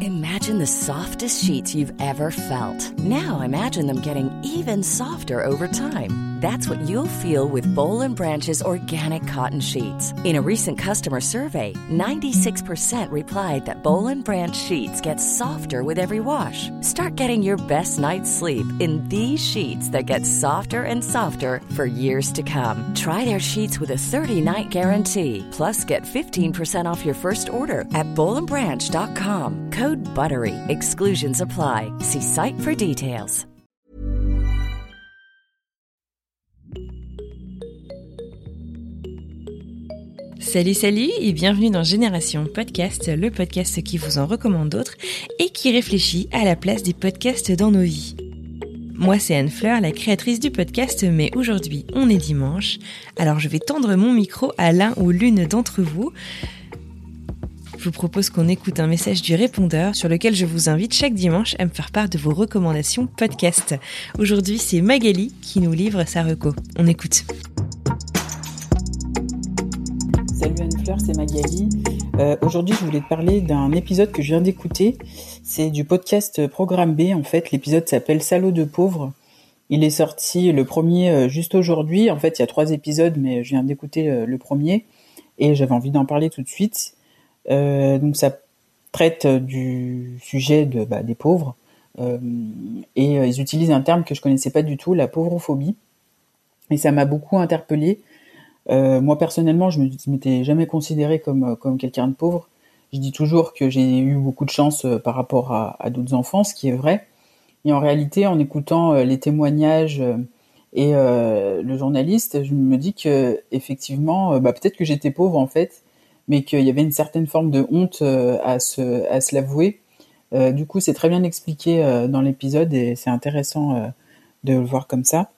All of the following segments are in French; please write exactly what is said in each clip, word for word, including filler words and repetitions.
Imagine the softest sheets you've ever felt. Now imagine them getting even softer over time. That's what you'll feel with Boll and Branch's organic cotton sheets. In a recent customer survey, ninety-six percent replied that Boll and Branch sheets get softer with every wash. Start getting your best night's sleep in these sheets that get softer and softer for years to come. Try their sheets with a thirty-night guarantee. Plus, get fifteen percent off your first order at boll and branch dot com. Code BUTTERY. Exclusions apply. See site for details. Salut salut et bienvenue dans Génération Podcast, le podcast qui vous en recommande d'autres et qui réfléchit à la place des podcasts dans nos vies. Moi c'est Anne Fleur, la créatrice du podcast, mais aujourd'hui on est dimanche, alors je vais tendre mon micro à l'un ou l'une d'entre vous. Je vous propose qu'on écoute un message du répondeur sur lequel je vous invite chaque dimanche à me faire part de vos recommandations podcast. Aujourd'hui c'est Magali qui nous livre sa reco. On écoute. Salut Anne-Fleur, c'est Magali. Euh, aujourd'hui, je voulais te parler d'un épisode que je viens d'écouter. C'est du podcast Programme B. En fait, l'épisode s'appelle Salaud de pauvre. Il est sorti le premier euh, juste aujourd'hui. En fait, il y a trois épisodes, mais je viens d'écouter euh, le premier et j'avais envie d'en parler tout de suite. Euh, donc, ça traite du sujet de, bah, des pauvres euh, et euh, ils utilisent un terme que je connaissais pas du tout, la pauvrophobie. Et ça m'a beaucoup interpellée. Euh, moi personnellement, je ne m'étais jamais considérée comme comme quelqu'un de pauvre. Je dis toujours que j'ai eu beaucoup de chance euh, par rapport à, à d'autres enfants, ce qui est vrai. Et en réalité, en écoutant euh, les témoignages euh, et euh, le journaliste, je me dis que effectivement, euh, bah, peut-être que j'étais pauvre en fait, mais qu'il y avait une certaine forme de honte euh, à se à se l'avouer. Euh, du coup, c'est très bien expliqué euh, dans l'épisode et c'est intéressant euh, de le voir comme ça.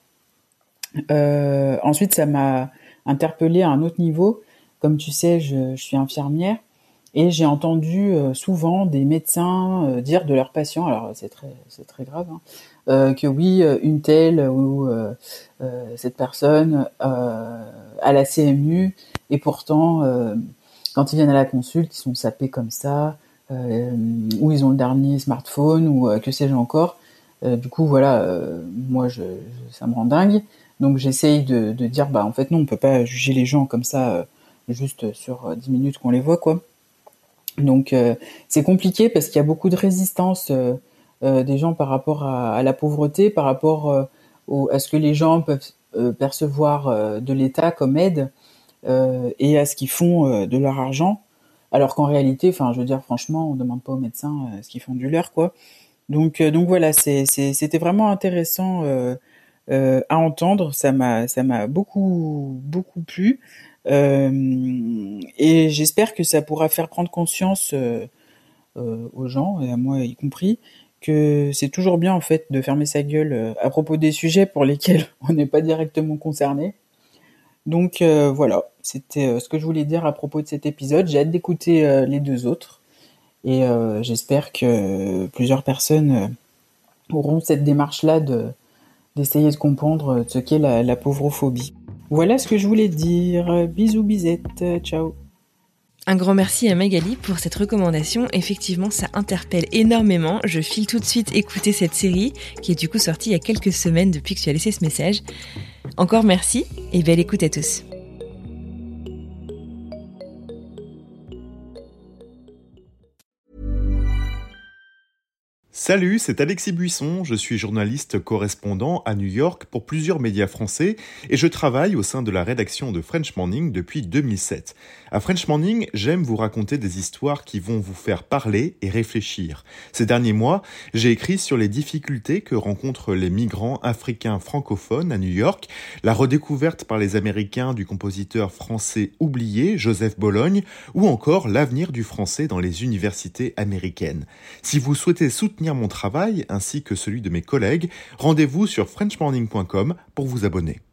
Euh, ensuite, ça m'a interpellée à un autre niveau. Comme tu sais, je, je suis infirmière et j'ai entendu euh, souvent des médecins euh, dire de leurs patients, alors c'est très c'est très grave, hein, euh, que oui, une telle ou euh, euh, cette personne euh, a la C M U et pourtant euh, quand ils viennent à la consulte, ils sont sapés comme ça, euh, ou ils ont le dernier smartphone ou euh, que sais-je encore. Euh, du coup, voilà, euh, moi, je, je, ça me rend dingue. Donc j'essaye de, de dire, bah en fait non, on peut pas juger les gens comme ça, euh, juste sur euh, dix minutes qu'on les voit, quoi. Donc euh, c'est compliqué parce qu'il y a beaucoup de résistance euh, euh, des gens par rapport à, à la pauvreté, par rapport euh, au, à ce que les gens peuvent euh, percevoir euh, de l'État comme aide euh, et à ce qu'ils font euh, de leur argent. Alors qu'en réalité, enfin, je veux dire, franchement, on demande pas aux médecins euh, ce qu'ils font du leur, quoi. Donc, euh, donc voilà, c'est, c'est, c'était vraiment intéressant. Euh, Euh, à entendre, ça m'a ça m'a beaucoup beaucoup plu euh, et j'espère que ça pourra faire prendre conscience euh, euh, aux gens et à moi y compris que c'est toujours bien en fait de fermer sa gueule euh, à propos des sujets pour lesquels on n'est pas directement concerné. Donc euh, voilà, c'était euh, ce que je voulais dire à propos de cet épisode. J'ai hâte d'écouter euh, les deux autres et euh, j'espère que plusieurs personnes euh, auront cette démarche-là de d'essayer de comprendre ce qu'est la, la pauvrophobie. Voilà ce que je voulais dire. Bisous bisettes, ciao. Un grand merci à Magali pour cette recommandation. Effectivement, ça interpelle énormément. Je file tout de suite écouter cette série qui est du coup sortie il y a quelques semaines depuis que tu as laissé ce message. Encore merci et belle écoute à tous. Salut, c'est Alexis Buisson, je suis journaliste correspondant à New York pour plusieurs médias français et je travaille au sein de la rédaction de French Morning depuis deux mille sept. À French Morning, j'aime vous raconter des histoires qui vont vous faire parler et réfléchir. Ces derniers mois, j'ai écrit sur les difficultés que rencontrent les migrants africains francophones à New York, la redécouverte par les Américains du compositeur français oublié Joseph Bologne ou encore l'avenir du français dans les universités américaines. Si vous souhaitez soutenir mon travail ainsi que celui de mes collègues, rendez-vous sur french morning point com pour vous abonner.